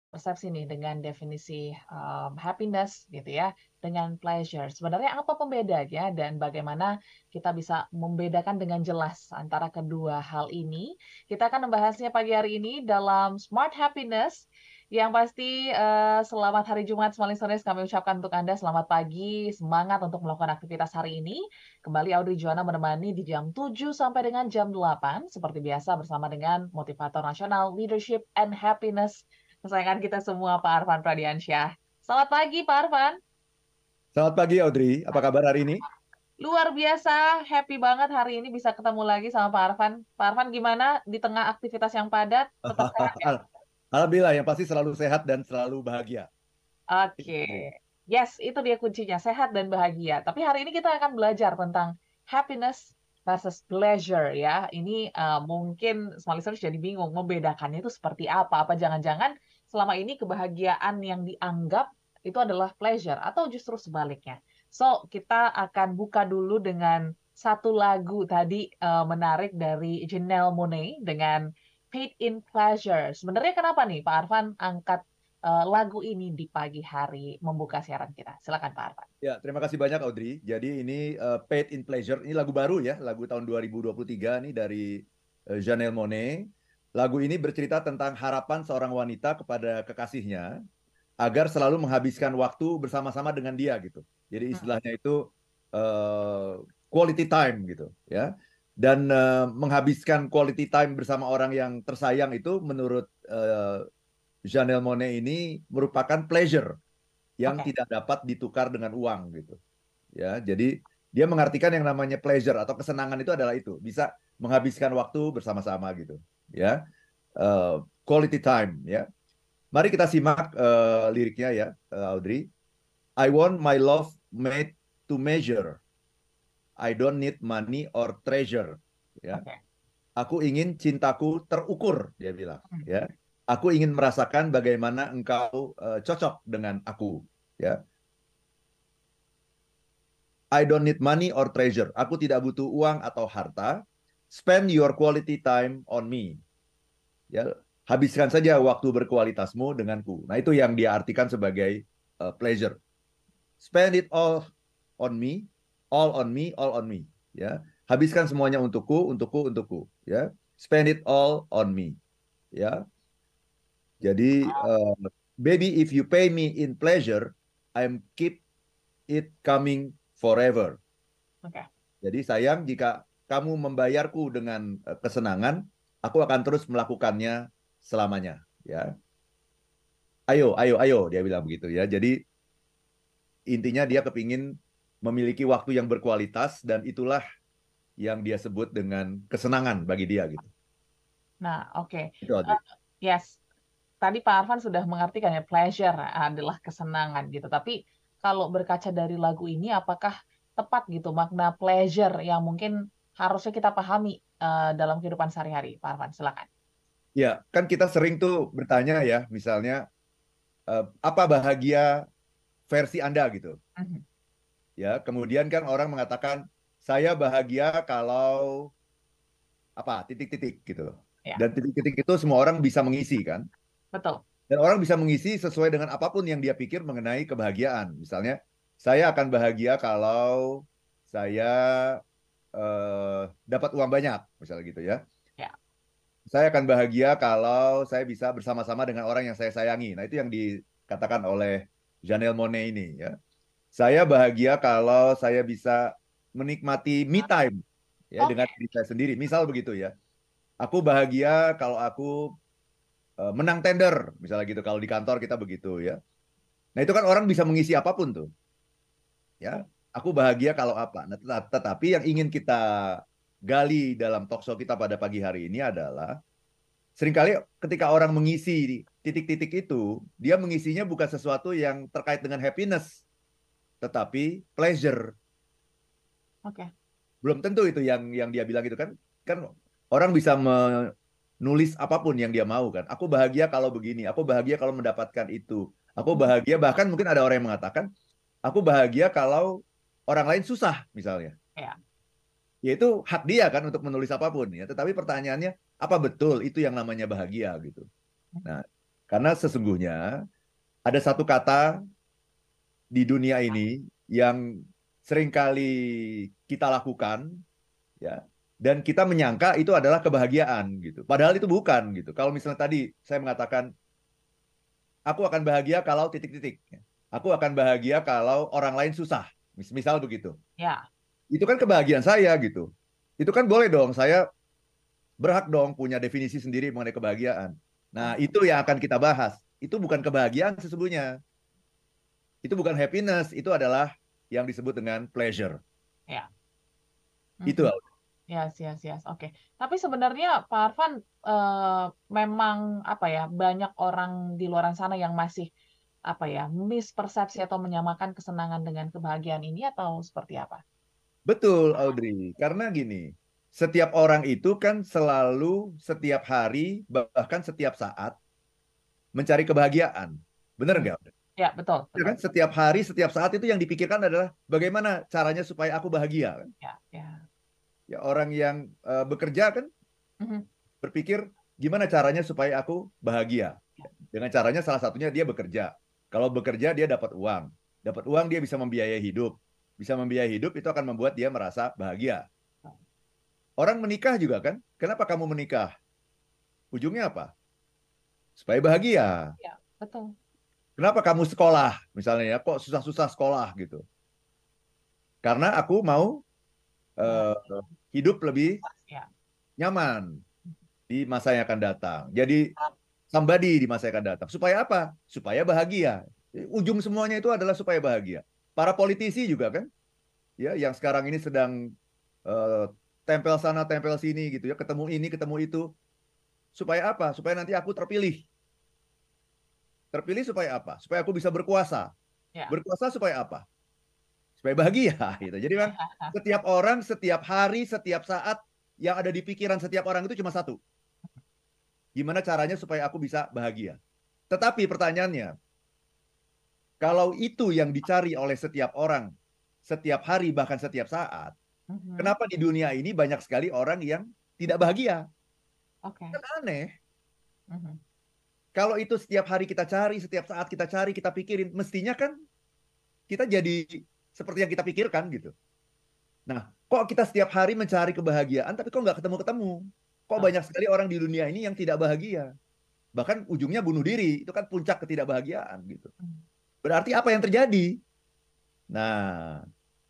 Persepsi nih dengan definisi, happiness gitu ya, dengan pleasure. Sebenarnya apa pembedanya dan bagaimana kita bisa membedakan dengan jelas antara kedua hal ini? Kita akan membahasnya pagi hari ini dalam Smart Happiness. Yang pasti, selamat hari Jumat, Smalling Listeners kami ucapkan untuk Anda selamat pagi, semangat untuk melakukan aktivitas hari ini. Kembali Audrey Joanna menemani di jam 7 sampai dengan jam 8 seperti biasa bersama dengan motivator nasional, leadership and happiness kesayangan kita semua Pak Arfan Pradiansyah. Selamat pagi Pak Arfan. Selamat pagi Audrey, apa kabar hari ini? Luar biasa, happy banget hari ini bisa ketemu lagi sama Pak Arfan. Pak Arfan gimana di tengah aktivitas yang padat, tetap sehat ya? Alhamdulillah yang pasti selalu sehat dan selalu bahagia. Itu Oke. Audrey. Yes, itu dia kuncinya, sehat dan bahagia. Tapi hari ini kita akan belajar tentang happiness versus pleasure ya. Ini mungkin semua listeners jadi bingung membedakannya itu seperti apa? Apa jangan-jangan selama ini kebahagiaan yang dianggap itu adalah pleasure atau justru sebaliknya? So, kita akan buka dulu dengan satu lagu tadi menarik dari Janelle Monáe dengan Paid in Pleasure. Sebenarnya kenapa nih Pak Arfan angkat lagu ini di pagi hari membuka siaran kita. Silakan Pak Arfan. Ya, terima kasih banyak Audrey. Jadi ini Paid in Pleasure, ini lagu baru ya, lagu tahun 2023 nih dari Janelle Monáe. Lagu ini bercerita tentang harapan seorang wanita kepada kekasihnya agar selalu menghabiskan waktu bersama-sama dengan dia gitu. Jadi Hmm, istilahnya itu eh, quality time gitu ya. Dan menghabiskan quality time bersama orang yang tersayang itu menurut Janelle Monáe ini merupakan pleasure yang oke. tidak dapat ditukar dengan uang gitu. Ya, jadi dia mengartikan yang namanya pleasure atau kesenangan itu adalah itu, bisa menghabiskan waktu bersama-sama gitu. Ya, quality time ya. Mari kita simak liriknya ya, Audrey. I want my love made to measure. I don't need money or treasure. Ya, Oke. aku ingin cintaku terukur, dia bilang. Hmm, Ya, aku ingin merasakan bagaimana engkau cocok dengan aku. Ya, I don't need money or treasure. Aku tidak butuh uang atau harta. Spend your quality time on me. Ya, habiskan saja waktu berkualitasmu denganku. Nah, itu yang dia artikan sebagai pleasure. Spend it on me, all on me, all on me. Ya, habiskan semuanya untukku, untukku, untukku. Ya, spend it all on me. Ya, jadi baby, if you pay me in pleasure, I'm keep it coming forever. oke. Jadi sayang jika kamu membayarku dengan kesenangan, aku akan terus melakukannya selamanya. Ya, ayo, ayo, ayo, dia bilang begitu ya. Jadi intinya dia kepingin memiliki waktu yang berkualitas dan itulah yang dia sebut dengan kesenangan bagi dia gitu. Nah, oke. Itu Audrey. Yes, tadi Pak Arfan sudah mengartikan ya pleasure adalah kesenangan gitu. Tapi kalau berkaca dari lagu ini apakah tepat gitu makna pleasure yang mungkin harusnya kita pahami dalam kehidupan sehari-hari? Pak Arfan, silakan. Ya, kan kita sering tuh bertanya ya, misalnya apa bahagia versi Anda gitu. Mhm, Ya, kemudian kan orang mengatakan saya bahagia kalau apa titik-titik gitu loh. ya, Dan titik-titik itu semua orang bisa mengisi kan. betul. Dan orang bisa mengisi sesuai dengan apapun yang dia pikir mengenai kebahagiaan. Misalnya, saya akan bahagia kalau saya dapat uang banyak, misalnya gitu ya. Ya, Saya akan bahagia kalau saya bisa bersama-sama dengan orang yang saya sayangi. Nah, itu yang dikatakan oleh Janelle Monáe ini ya. Saya bahagia kalau saya bisa menikmati me time ya dengan oke. diri saya sendiri. Misal begitu ya. Aku bahagia kalau aku menang tender, misalnya gitu. Kalau di kantor kita begitu ya. Nah itu kan orang bisa mengisi apapun tuh, ya. Aku bahagia kalau apa. Nah, tetapi yang ingin kita gali dalam talkshow kita pada pagi hari ini adalah seringkali ketika orang mengisi titik-titik itu, dia mengisinya bukan sesuatu yang terkait dengan happiness, tetapi pleasure. Oke. Belum tentu itu yang dia bilang itu kan, kan orang bisa menulis apapun yang dia mau kan. Aku bahagia kalau begini, aku bahagia kalau mendapatkan itu. Aku bahagia bahkan mungkin ada orang yang mengatakan aku bahagia kalau orang lain susah misalnya. Ya. Ya itu hak dia kan untuk menulis apapun ya. Tetapi pertanyaannya apa betul itu yang namanya bahagia gitu. Nah, Karena sesungguhnya ada satu kata di dunia ini yang seringkali kita lakukan, ya, dan kita menyangka itu adalah kebahagiaan gitu. Padahal itu bukan gitu. Kalau misalnya tadi saya mengatakan aku akan bahagia kalau titik-titik. Aku akan bahagia kalau orang lain susah. Misal begitu. Ya. Itu kan kebahagiaan saya gitu. Itu kan boleh dong, saya berhak dong punya definisi sendiri mengenai kebahagiaan. Nah, Oke. itu yang akan kita bahas. Itu bukan kebahagiaan sesungguhnya. Itu bukan happiness, itu adalah yang disebut dengan pleasure. Ya. Itu. Mhm. Yes, yes, yes. Oke. Tapi sebenarnya Pak Arfan memang apa ya, banyak orang di luaran sana yang masih apa ya, mispersepsi atau menyamakan kesenangan dengan kebahagiaan ini atau seperti apa? Betul, Audrey. Karena gini, setiap orang itu kan selalu, setiap hari, bahkan setiap saat mencari kebahagiaan. Benar Hmm. nggak? Ya, betul, Ya betul. kan? Setiap hari, setiap saat itu yang dipikirkan adalah bagaimana caranya supaya aku bahagia. Kan? Ya, ya. Ya, orang yang bekerja kan Mhm. berpikir gimana caranya supaya aku bahagia. Dengan caranya salah satunya dia bekerja. Kalau bekerja dia dapat uang. Dapat uang dia bisa membiayai hidup. Bisa membiayai hidup itu akan membuat dia merasa bahagia. Orang menikah juga kan? Kenapa kamu menikah? Ujungnya apa? Supaya bahagia. Ya, betul. Kenapa kamu sekolah? Misalnya ya, kok susah-susah sekolah gitu. Karena aku mau Bah- eh, hidup lebih Ya. nyaman di masa yang akan datang. Jadi somebody di masa yang akan datang. Supaya apa? Supaya bahagia. Ujung semuanya itu adalah supaya bahagia. Para politisi juga kan, ya, yang sekarang ini sedang eh, tempel sana, tempel sini gitu ya, ketemu ini, ketemu itu. Supaya apa? Supaya nanti aku terpilih. Terpilih supaya apa? Supaya aku bisa berkuasa. Ya. Berkuasa supaya apa? Supaya bahagia gitu. Jadi memang setiap orang, setiap hari, setiap saat yang ada di pikiran setiap orang itu cuma satu. Gimana caranya supaya aku bisa bahagia? Tetapi pertanyaannya, kalau itu yang dicari oleh setiap orang, setiap hari, bahkan setiap saat, Mhm. kenapa di dunia ini banyak sekali orang yang tidak bahagia? Oke. Kan aneh. Mhm. Kalau itu setiap hari kita cari, setiap saat kita cari, kita pikirin, mestinya kan kita jadi seperti yang kita pikirkan gitu. Nah, kok kita setiap hari mencari kebahagiaan, tapi kok nggak ketemu-ketemu? Kok Betul. banyak sekali orang di dunia ini yang tidak bahagia? Bahkan ujungnya bunuh diri, itu kan puncak ketidakbahagiaan gitu. Mhm. Berarti apa yang terjadi? Nah,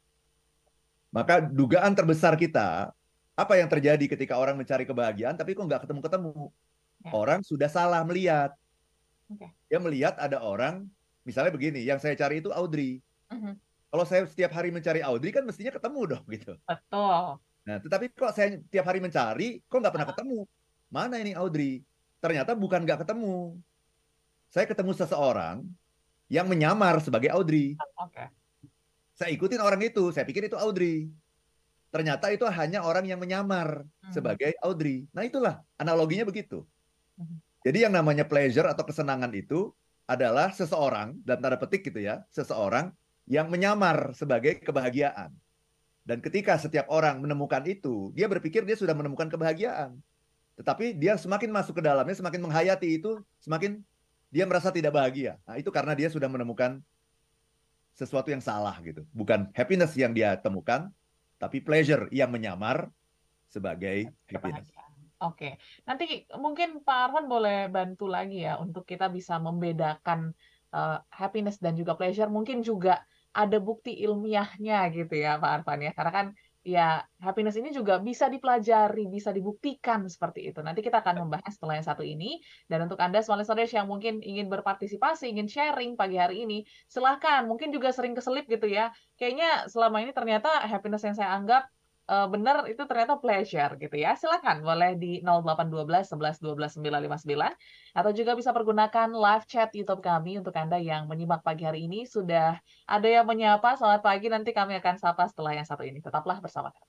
maka dugaan terbesar kita, apa yang terjadi ketika orang mencari kebahagiaan, tapi kok nggak ketemu-ketemu? Ya. Orang sudah salah melihat. Oke. Dia melihat ada orang, misalnya begini, yang saya cari itu Audrey. Mhm. Kalau saya setiap hari mencari Audrey, kan mestinya ketemu dong gitu. Betul. Nah, tetapi kok saya tiap hari mencari, kok nggak pernah ketemu? Mana ini Audrey? Ternyata bukan nggak ketemu. Saya ketemu seseorang yang menyamar sebagai Audrey. Oke. Saya ikutin orang itu, saya pikir itu Audrey. Ternyata itu hanya orang yang menyamar Mhm. sebagai Audrey. Nah, itulah analoginya begitu. Mhm. Jadi yang namanya pleasure atau kesenangan itu adalah seseorang, dalam tanda petik gitu ya, seseorang yang menyamar sebagai kebahagiaan. Dan ketika setiap orang menemukan itu, dia berpikir dia sudah menemukan kebahagiaan. Tetapi dia semakin masuk ke dalamnya, semakin menghayati itu, semakin dia merasa tidak bahagia. Nah, itu karena dia sudah menemukan sesuatu yang salah gitu. Bukan happiness yang dia temukan, tapi pleasure yang menyamar sebagai happiness. Kebahagiaan. Oke. Nanti mungkin Pak Arfan boleh bantu lagi ya untuk kita bisa membedakan happiness dan juga pleasure. Mungkin juga ada bukti ilmiahnya gitu ya Pak Arfan ya. Karena kan ya happiness ini juga bisa dipelajari, bisa dibuktikan seperti itu. Nanti kita akan membahas setelah yang satu ini. Dan untuk Anda small listeners yang mungkin ingin berpartisipasi, ingin sharing pagi hari ini, silahkan. Mungkin juga sering keselip gitu ya. Kayaknya selama ini ternyata happiness yang saya anggap bener itu ternyata pleasure gitu ya. Silakan boleh di 0812 11 12 959 atau juga bisa pergunakan live chat YouTube kami untuk Anda yang menyimak pagi hari ini. Sudah ada yang menyapa, selamat pagi, nanti kami akan sapa setelah yang satu ini. Tetaplah bersama kami.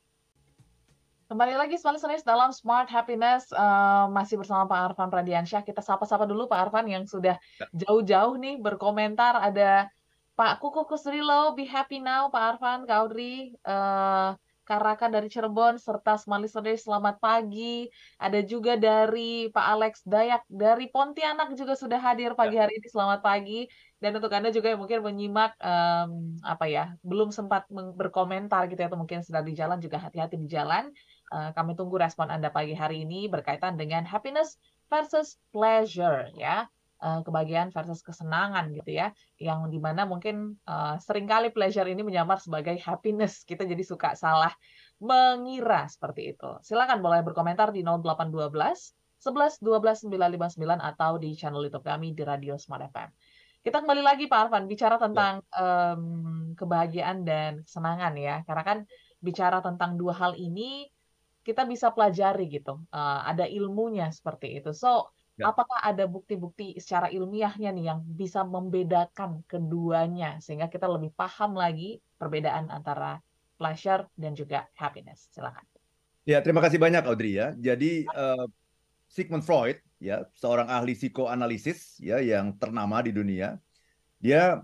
Kembali lagi Smart Listeners dalam Smart Happiness, masih bersama Pak Arfan Pradiansyah. Kita sapa-sapa dulu Pak Arfan yang sudah jauh-jauh nih berkomentar. Ada Pak Kuku Kusrilo, Be Happy Now, Pak Arfan, Kak Audrey, Karaka dari Cirebon, serta Small Listeners selamat pagi. Ada juga dari Pak Alex Dayak dari Pontianak juga sudah hadir Ya. pagi hari ini, selamat pagi. Dan untuk Anda juga yang mungkin menyimak, apa ya, belum sempat berkomentar gitu ya, atau mungkin sedang di jalan juga hati-hati di jalan. Kami tunggu respon Anda pagi hari ini berkaitan dengan happiness versus pleasure ya, kebahagiaan versus kesenangan gitu ya, yang di mana mungkin, seringkali pleasure ini menyamar sebagai happiness, kita jadi suka salah mengira seperti itu. Silakan boleh berkomentar di 0812 11 12 959 atau di channel YouTube kami di Radio Smart FM. Kita kembali lagi Pak Arfan, bicara Ya. tentang, kebahagiaan dan kesenangan ya, karena kan bicara tentang 2 hal ini, kita bisa pelajari gitu, ada ilmunya seperti itu. So, Ya. apakah ada bukti-bukti secara ilmiahnya nih yang bisa membedakan keduanya, sehingga kita lebih paham lagi perbedaan antara pleasure dan juga happiness? Silakan. Ya, terima kasih banyak Audrey ya. Jadi Sigmund Freud ya, seorang ahli psikoanalisis ya yang ternama di dunia, dia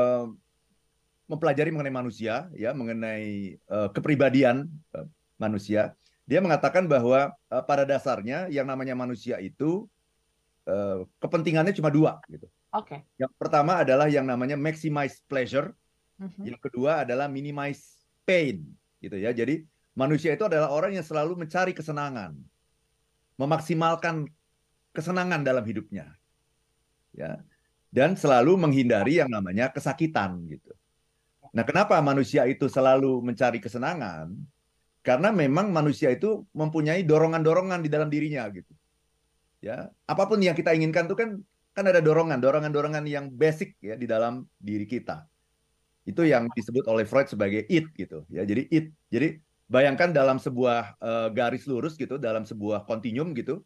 mempelajari mengenai manusia ya, mengenai kepribadian manusia. Dia mengatakan bahwa pada dasarnya yang namanya manusia itu kepentingannya cuma dua gitu. Oke. Yang pertama adalah yang namanya maximize pleasure, Mhm. yang kedua adalah minimize pain gitu ya. Jadi manusia itu adalah orang yang selalu mencari kesenangan, memaksimalkan kesenangan dalam hidupnya ya, dan selalu menghindari yang namanya kesakitan gitu. Nah, kenapa manusia itu selalu mencari kesenangan? Karena memang manusia itu mempunyai dorongan-dorongan di dalam dirinya gitu. Ya, apapun yang kita inginkan itu kan ada dorongan-dorongan yang basic ya di dalam diri kita. Itu yang disebut oleh Freud sebagai id gitu ya. Jadi id. Jadi bayangkan dalam sebuah garis lurus gitu, dalam sebuah kontinum gitu,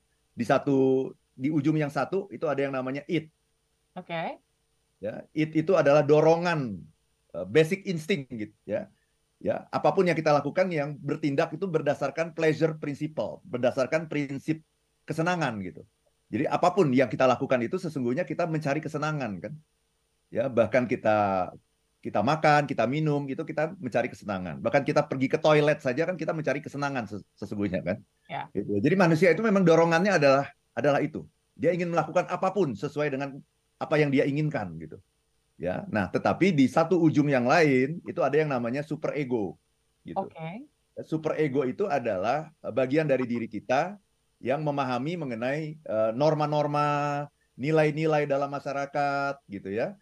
di ujung yang satu itu ada yang namanya id. Oke. Ya, itu adalah dorongan basic instinct gitu ya. Ya, apapun yang kita lakukan yang bertindak itu berdasarkan pleasure principle, berdasarkan prinsip kesenangan gitu. Jadi apapun yang kita lakukan itu sesungguhnya kita mencari kesenangan kan. Ya, bahkan kita kita makan, kita minum, itu kita mencari kesenangan. Bahkan kita pergi ke toilet saja kan kita mencari kesenangan sesungguhnya kan. Ya. Gitu. Jadi manusia itu memang dorongannya adalah itu. Dia ingin melakukan apapun sesuai dengan apa yang dia inginkan gitu. Ya. Nah, tetapi di satu ujung yang lain itu ada yang namanya super ego gitu. Oke. Super ego itu adalah bagian dari diri kita yang memahami mengenai norma-norma, nilai-nilai dalam masyarakat gitu ya,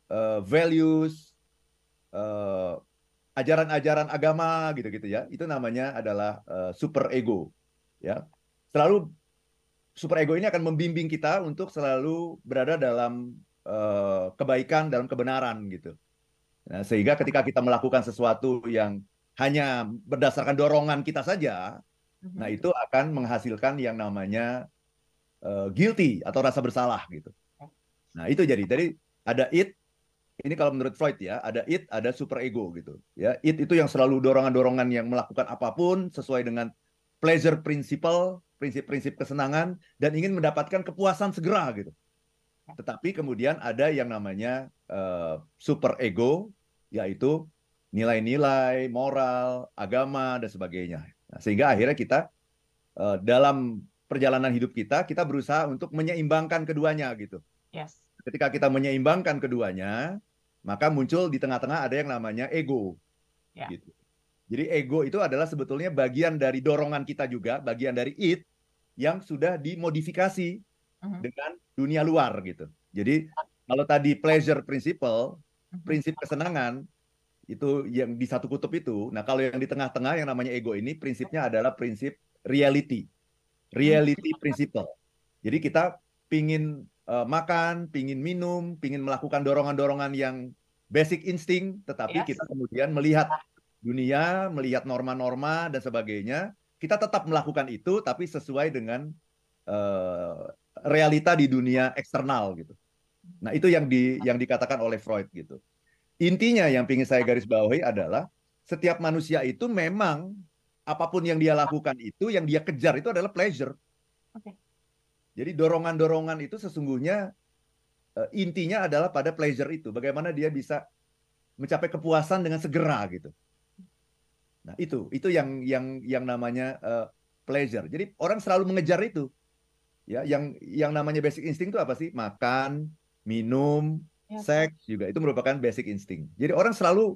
values, eh, ajaran-ajaran agama gitu-gitu ya. Itu namanya adalah super ego ya. Selalu super ego ini akan membimbing kita untuk selalu berada dalam kebaikan, dalam kebenaran gitu. Nah, sehingga ketika kita melakukan sesuatu yang hanya berdasarkan dorongan kita saja, nah Mhm. itu akan menghasilkan yang namanya guilty atau rasa bersalah gitu. Nah, itu jadi ada it, ini kalau menurut Freud ya, ada it, ada super ego gitu. Ya, it itu yang selalu dorongan-dorongan yang melakukan apapun sesuai dengan pleasure principle, prinsip-prinsip kesenangan dan ingin mendapatkan kepuasan segera gitu. Tetapi kemudian ada yang namanya super ego, yaitu nilai-nilai moral, agama, dan sebagainya. Nah, sehingga akhirnya kita dalam perjalanan hidup kita, kita berusaha untuk menyeimbangkan keduanya gitu. Yes. Ketika kita menyeimbangkan keduanya, maka muncul di tengah-tengah ada yang namanya ego. Ya. Gitu. Jadi ego itu adalah sebetulnya bagian dari dorongan kita juga, bagian dari it, yang sudah dimodifikasi Mhm. dengan dunia luar gitu. Jadi kalau tadi pleasure principle, Mhm. prinsip kesenangan itu yang di satu kutub itu. Nah, kalau yang di tengah-tengah yang namanya ego ini prinsipnya adalah prinsip reality. Mmm. Reality principle. Jadi kita pingin makan, pingin minum, pingin melakukan dorongan-dorongan yang basic insting, tetapi kita Yes. kemudian melihat dunia, melihat norma-norma dan sebagainya, kita tetap melakukan itu tapi sesuai dengan uh, realita di dunia eksternal gitu. Nah, itu yang dikatakan oleh Freud gitu. Intinya yang ingin saya garis bawahi adalah setiap manusia itu memang apapun yang dia lakukan itu yang dia kejar itu adalah pleasure. Oke. Jadi dorongan-dorongan itu sesungguhnya intinya adalah pada pleasure itu. Bagaimana dia bisa mencapai kepuasan dengan segera gitu. Nah, itu yang namanya pleasure. Jadi orang selalu mengejar itu. Ya, yang namanya basic instinct itu apa sih? Makan, minum, Yes. seks juga itu merupakan basic instinct. Jadi orang selalu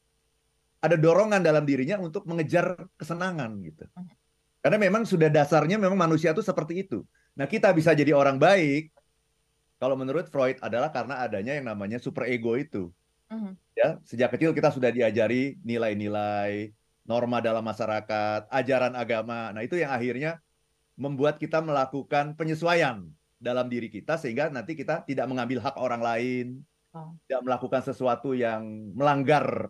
ada dorongan dalam dirinya untuk mengejar kesenangan gitu. Mhm. Karena memang sudah dasarnya memang manusia itu seperti itu. Nah, kita bisa jadi orang baik kalau menurut Freud adalah karena adanya yang namanya superego itu. Mhm. Ya, sejak kecil kita sudah diajari nilai-nilai, norma dalam masyarakat, ajaran agama. Nah, itu yang akhirnya membuat kita melakukan penyesuaian dalam diri kita sehingga nanti kita tidak mengambil hak orang lain, Oh. tidak melakukan sesuatu yang melanggar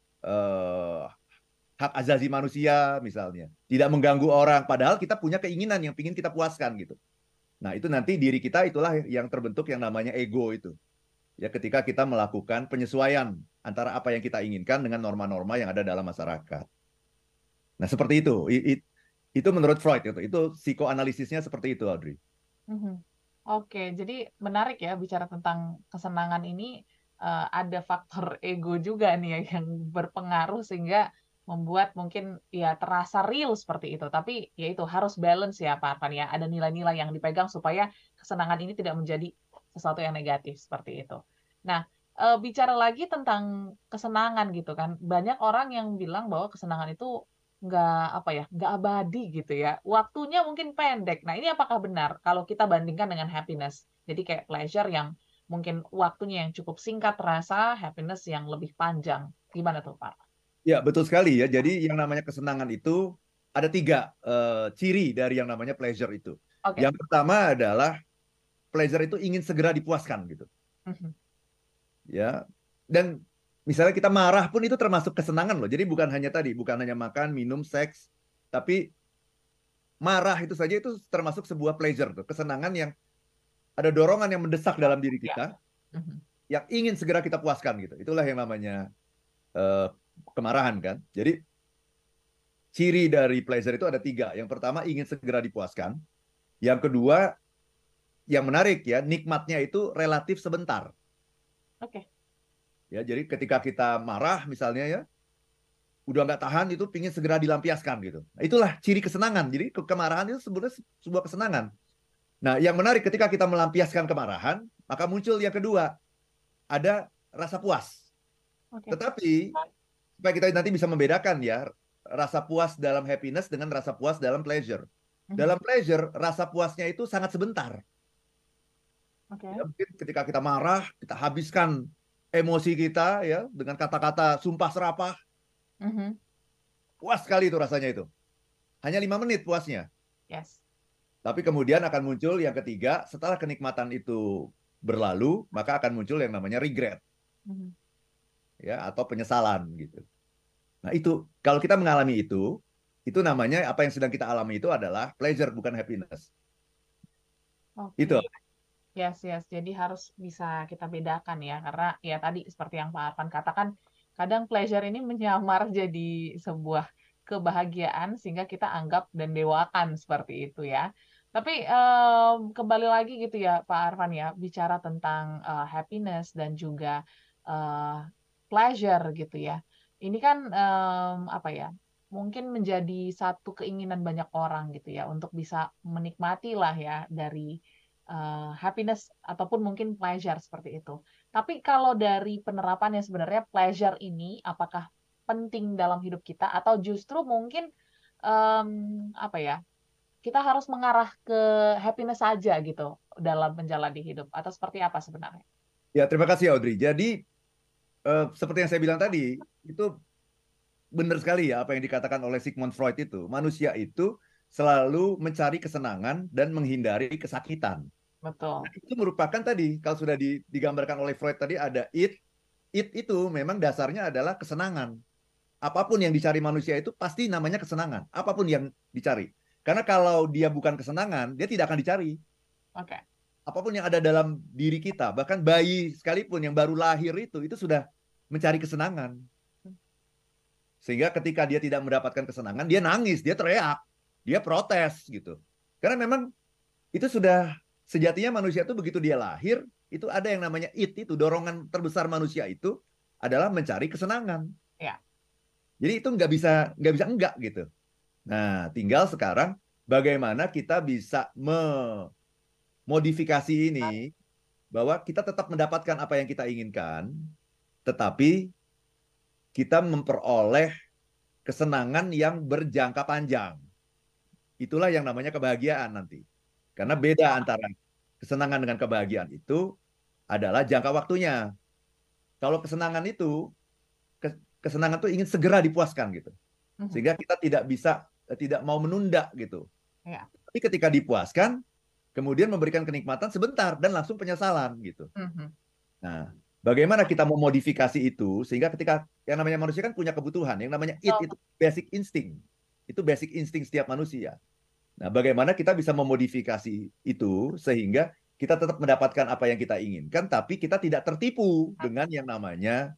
eh, hak asasi manusia misalnya, tidak mengganggu orang, padahal kita punya keinginan yang ingin kita puaskan gitu. Nah, itu nanti diri kita itulah yang terbentuk yang namanya ego itu. Ya, ketika kita melakukan penyesuaian antara apa yang kita inginkan dengan norma-norma yang ada dalam masyarakat. Nah, seperti itu. Itu menurut Freud itu. Itu psikoanalisisnya seperti itu, Audrey. Mhm. Oke, jadi menarik ya bicara tentang kesenangan ini, ada faktor ego juga nih ya yang berpengaruh sehingga membuat mungkin ya terasa real seperti itu. Tapi ya itu harus balance ya Pak Arfan ya, ada nilai-nilai yang dipegang supaya kesenangan ini tidak menjadi sesuatu yang negatif seperti itu. Nah, bicara lagi tentang kesenangan gitu kan, banyak orang yang bilang bahwa kesenangan itu nggak, apa ya, nggak abadi gitu ya, waktunya mungkin pendek. Nah, ini apakah benar kalau kita bandingkan dengan happiness? Jadi kayak pleasure yang mungkin waktunya yang cukup singkat terasa, happiness yang lebih panjang. Gimana tuh, Pak? Ya, betul sekali ya. Jadi yang namanya kesenangan itu ada tiga ciri dari yang namanya pleasure itu. Oke. Yang pertama adalah pleasure itu ingin segera dipuaskan gitu. Mhm. Ya, dan misalnya kita marah pun itu termasuk kesenangan loh. Jadi bukan hanya tadi, bukan hanya makan, minum, seks, tapi marah itu saja itu termasuk sebuah pleasure tuh, kesenangan yang ada dorongan yang mendesak dalam diri Ya. kita Mhm. yang ingin segera kita puaskan gitu. Itulah yang namanya eh, kemarahan kan. Jadi ciri dari pleasure itu ada tiga. Yang pertama ingin segera dipuaskan. Yang kedua yang menarik ya, nikmatnya itu relatif sebentar. Oke. Ya, jadi ketika kita marah misalnya ya, udah nggak tahan itu pingin segera dilampiaskan gitu. Nah, itulah ciri kesenangan. Jadi kemarahan itu sebenarnya sebuah kesenangan. Nah, yang menarik ketika kita melampiaskan kemarahan, maka muncul yang kedua, ada rasa puas. Oke. Tetapi supaya kita nanti bisa membedakan ya rasa puas dalam happiness dengan rasa puas dalam pleasure. Mhm. Dalam pleasure, rasa puasnya itu sangat sebentar. Ya, Oke. mungkin ketika kita marah, kita habiskan emosi kita ya dengan kata-kata sumpah serapah, Mhm. puas sekali itu rasanya itu. Hanya 5 menit puasnya. Yes. Tapi kemudian akan muncul yang ketiga, setelah kenikmatan itu berlalu, maka akan muncul yang namanya regret Mhm. ya atau penyesalan gitu. Nah, itu kalau kita mengalami itu namanya apa yang sedang kita alami itu adalah pleasure bukan happiness. Itu. Oke. Yes, yes. Jadi harus bisa kita bedakan ya, karena ya tadi seperti yang Pak Arfan katakan, kadang pleasure ini menyamar jadi sebuah kebahagiaan sehingga kita anggap dan dewakan seperti itu ya. Tapi kembali lagi gitu ya Pak Arfan ya, bicara tentang happiness dan juga eh, pleasure gitu ya. Ini kan apa ya? Mungkin menjadi satu keinginan banyak orang gitu ya untuk bisa menikmati lah ya dari happiness ataupun mungkin pleasure seperti itu. Tapi kalau dari penerapannya sebenarnya pleasure ini apakah penting dalam hidup kita atau justru mungkin, apa ya, kita harus mengarah ke happiness saja gitu dalam menjalani hidup atau seperti apa sebenarnya? Ya, terima kasih Audrey. Jadi seperti yang saya bilang tadi, itu benar sekali ya apa yang dikatakan oleh Sigmund Freud itu. Manusia itu selalu mencari kesenangan dan menghindari kesakitan. Betul. Itu merupakan tadi kalau sudah digambarkan oleh Freud tadi ada it itu memang dasarnya adalah kesenangan. Apapun yang dicari manusia itu pasti namanya kesenangan. Apapun yang dicari. Karena kalau dia bukan kesenangan, dia tidak akan dicari. Oke. Apapun yang ada dalam diri kita, bahkan bayi sekalipun yang baru lahir itu sudah mencari kesenangan. Sehingga ketika dia tidak mendapatkan kesenangan, dia nangis, dia teriak, dia protes gitu. Karena memang itu sudah sejatinya manusia itu begitu dia lahir, itu ada yang namanya it itu, dorongan terbesar manusia itu adalah mencari kesenangan. Ya. Jadi itu nggak bisa enggak gitu. Nah, tinggal sekarang bagaimana kita bisa memodifikasi ini bahwa kita tetap mendapatkan apa yang kita inginkan, tetapi kita memperoleh kesenangan yang berjangka panjang. Itulah yang namanya kebahagiaan nanti. Karena beda antara kesenangan dengan kebahagiaan itu adalah jangka waktunya. Kalau kesenangan itu, kesenangan itu ingin segera dipuaskan gitu. Mhm. Sehingga kita tidak mau menunda gitu. Ya. Tapi ketika dipuaskan, kemudian memberikan kenikmatan sebentar dan langsung penyesalan gitu. Mhm. Nah, bagaimana kita memodifikasi itu sehingga ketika yang namanya manusia kan punya kebutuhan, yang namanya it Betul. itu basic insting. Itu basic insting setiap manusia. Nah, bagaimana kita bisa memodifikasi itu sehingga kita tetap mendapatkan apa yang kita inginkan, tapi kita tidak tertipu dengan yang namanya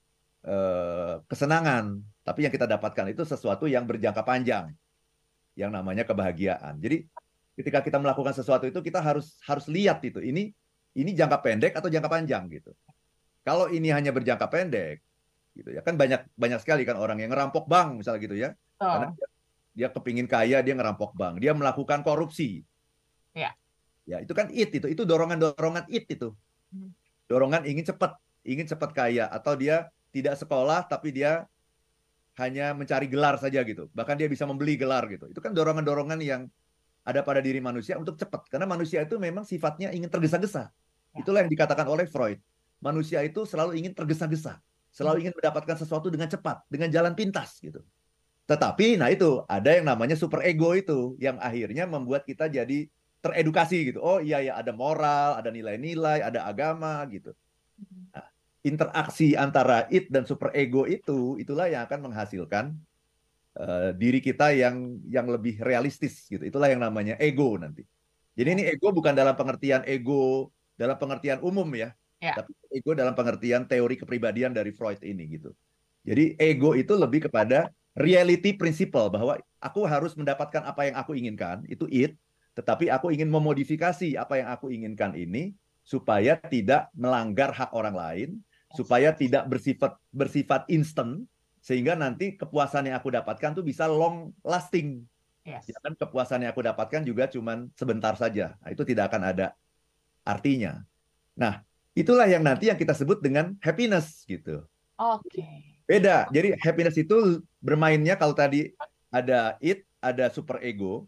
kesenangan. Tapi yang kita dapatkan itu sesuatu yang berjangka panjang, yang namanya kebahagiaan. Jadi ketika kita melakukan sesuatu itu kita harus lihat itu. Ini jangka pendek atau jangka panjang gitu. Kalau ini hanya berjangka pendek, gitu ya kan banyak banyak sekali kan orang yang ngerampok bank misalnya gitu ya, karena Betul. dia kepingin kaya dia ngerampok bank, dia melakukan korupsi, Ya. ya itu kan itu dorongan-dorongan itu, Mhm. dorongan ingin cepat kaya atau dia tidak sekolah tapi dia hanya mencari gelar saja gitu, bahkan dia bisa membeli gelar gitu, itu kan dorongan-dorongan yang ada pada diri manusia untuk cepat karena manusia itu memang sifatnya ingin tergesa-gesa. Ya. Itulah yang dikatakan oleh Freud, manusia itu selalu ingin tergesa-gesa, Mhm. selalu ingin mendapatkan sesuatu dengan cepat, dengan jalan pintas gitu. Tetapi, nah itu ada yang namanya super ego itu, yang akhirnya membuat kita jadi teredukasi gitu. Oh iya ya, ada moral, ada nilai-nilai, ada agama gitu. Mhm. Nah, interaksi antara it dan super ego itu, itulah yang akan menghasilkan diri kita yang lebih realistis gitu. Itulah yang namanya ego nanti. Jadi Ya. ini ego bukan dalam pengertian ego dalam pengertian umum ya, Ya. tapi ego dalam pengertian teori kepribadian dari Freud ini gitu. Jadi ego itu lebih kepada reality principle bahwa aku harus mendapatkan apa yang aku inginkan, itu it, tetapi aku ingin memodifikasi apa yang aku inginkan ini supaya tidak melanggar hak orang lain, Yes. supaya tidak bersifat instan sehingga nanti kepuasan yang aku dapatkan tuh bisa long lasting. Ya Yes. kan kepuasan yang aku dapatkan juga cuman sebentar saja. Nah, itu tidak akan ada artinya. Nah, itulah yang nanti yang kita sebut dengan happiness gitu. Oke. Beda. Jadi happiness itu bermainnya kalau tadi ada it, ada super ego.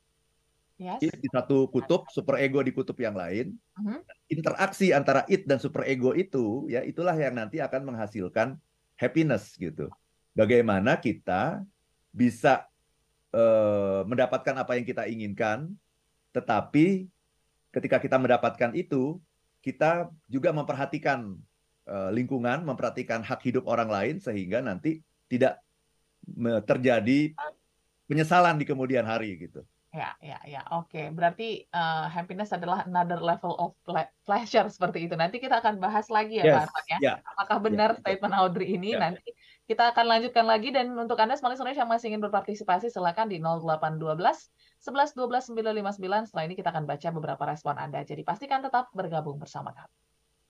It Yes. di satu kutub, super ego di kutub yang lain. Mhm. Interaksi antara it dan super ego itu, ya itulah yang nanti akan menghasilkan happiness gitu. Bagaimana kita bisa mendapatkan apa yang kita inginkan, tetapi ketika kita mendapatkan itu, kita juga memperhatikan lingkungan, memperhatikan hak hidup orang lain, sehingga nanti tidak terjadi penyesalan di kemudian hari gitu. Ya, ya, ya. Oke, berarti happiness adalah another level of pleasure seperti itu. Nanti kita akan bahas lagi ya, Pak Yes, Arfan ya. ya, Apakah ya, benar betul. statement Audrey ini? Ya. Nanti kita akan lanjutkan lagi dan untuk Anda semua listeners yang masih ingin berpartisipasi silakan di 0812 11 12 959. Setelah ini kita akan baca beberapa respon Anda. Jadi pastikan tetap bergabung bersama kami.